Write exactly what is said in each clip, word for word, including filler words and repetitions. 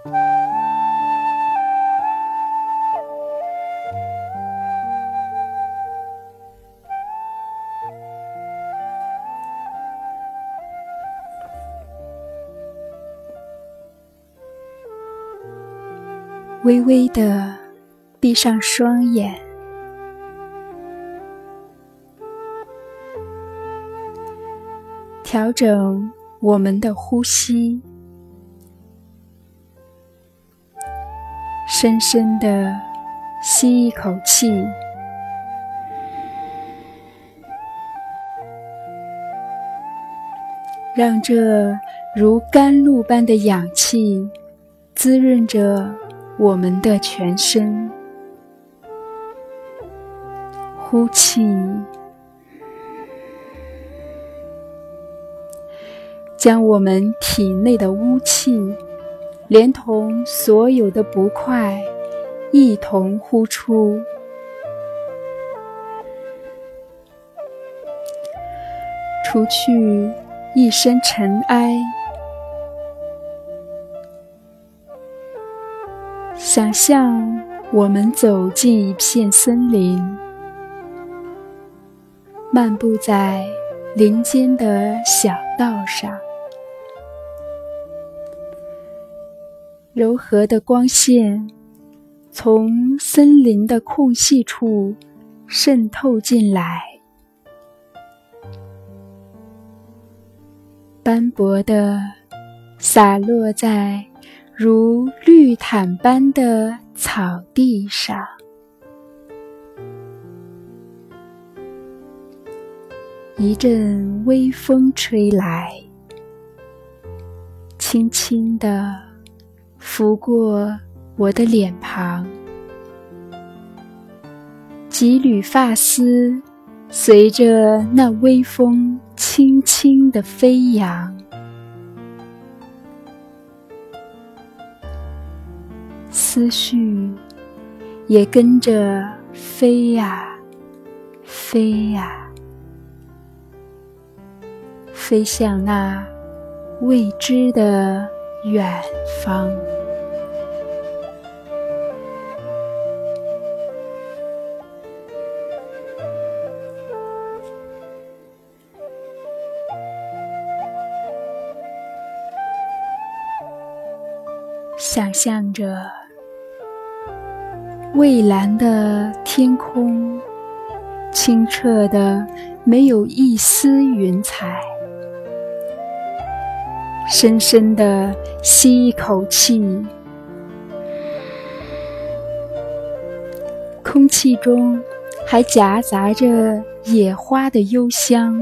微微地闭上双眼，调整我们的呼吸，深深地吸一口气，让这如甘露般的氧气滋润着我们的全身。呼气，将我们体内的污气连同所有的不快一同呼出，除去一身尘埃。想象我们走进一片森林，漫步在林间的小道上，柔和的光线从森林的空隙处渗透进来，斑驳地洒落在如绿毯般的草地上。一阵微风吹来，轻轻地拂过我的脸庞，几缕发丝随着那微风轻轻地飞扬，思绪也跟着飞呀飞呀，飞向那未知的远方。想象着蔚蓝的天空，清澈的没有一丝云彩，深深地吸一口气，空气中还夹杂着野花的幽香，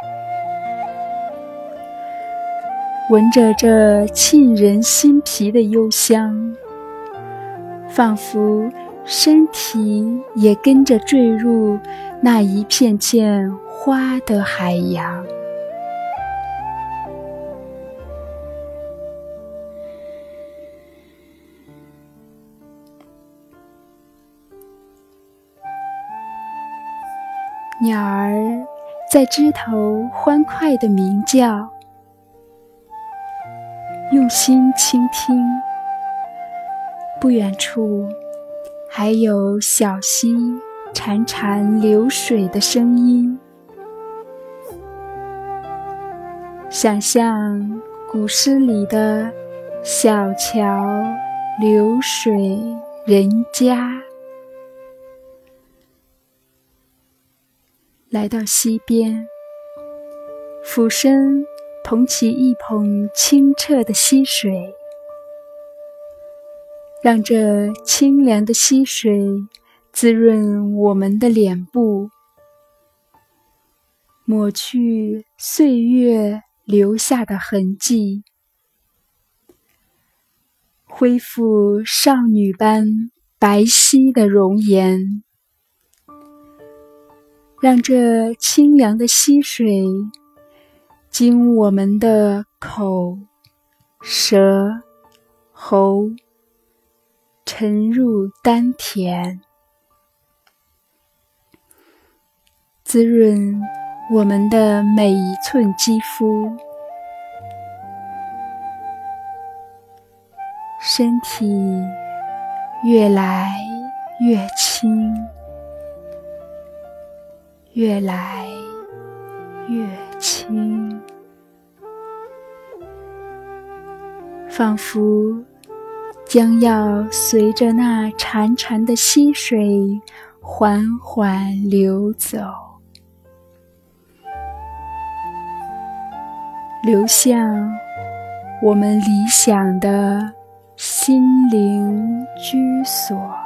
闻着这沁人心脾的幽香，仿佛身体也跟着坠入那一片片花的海洋。鸟儿在枝头欢快地鸣叫，用心倾听。不远处还有小溪潺潺流水的声音。想象古诗里的小桥流水人家，来到溪边，俯身捧起一捧清澈的溪水，让这清凉的溪水滋润我们的脸部，抹去岁月留下的痕迹，恢复少女般白皙的容颜，让这清凉的溪水经我们的口、舌、喉沉入丹田，滋润我们的每一寸肌肤， 身体越来越轻，越来越轻，仿佛将要随着那潺潺的溪水缓缓流走，流向我们理想的心灵居所。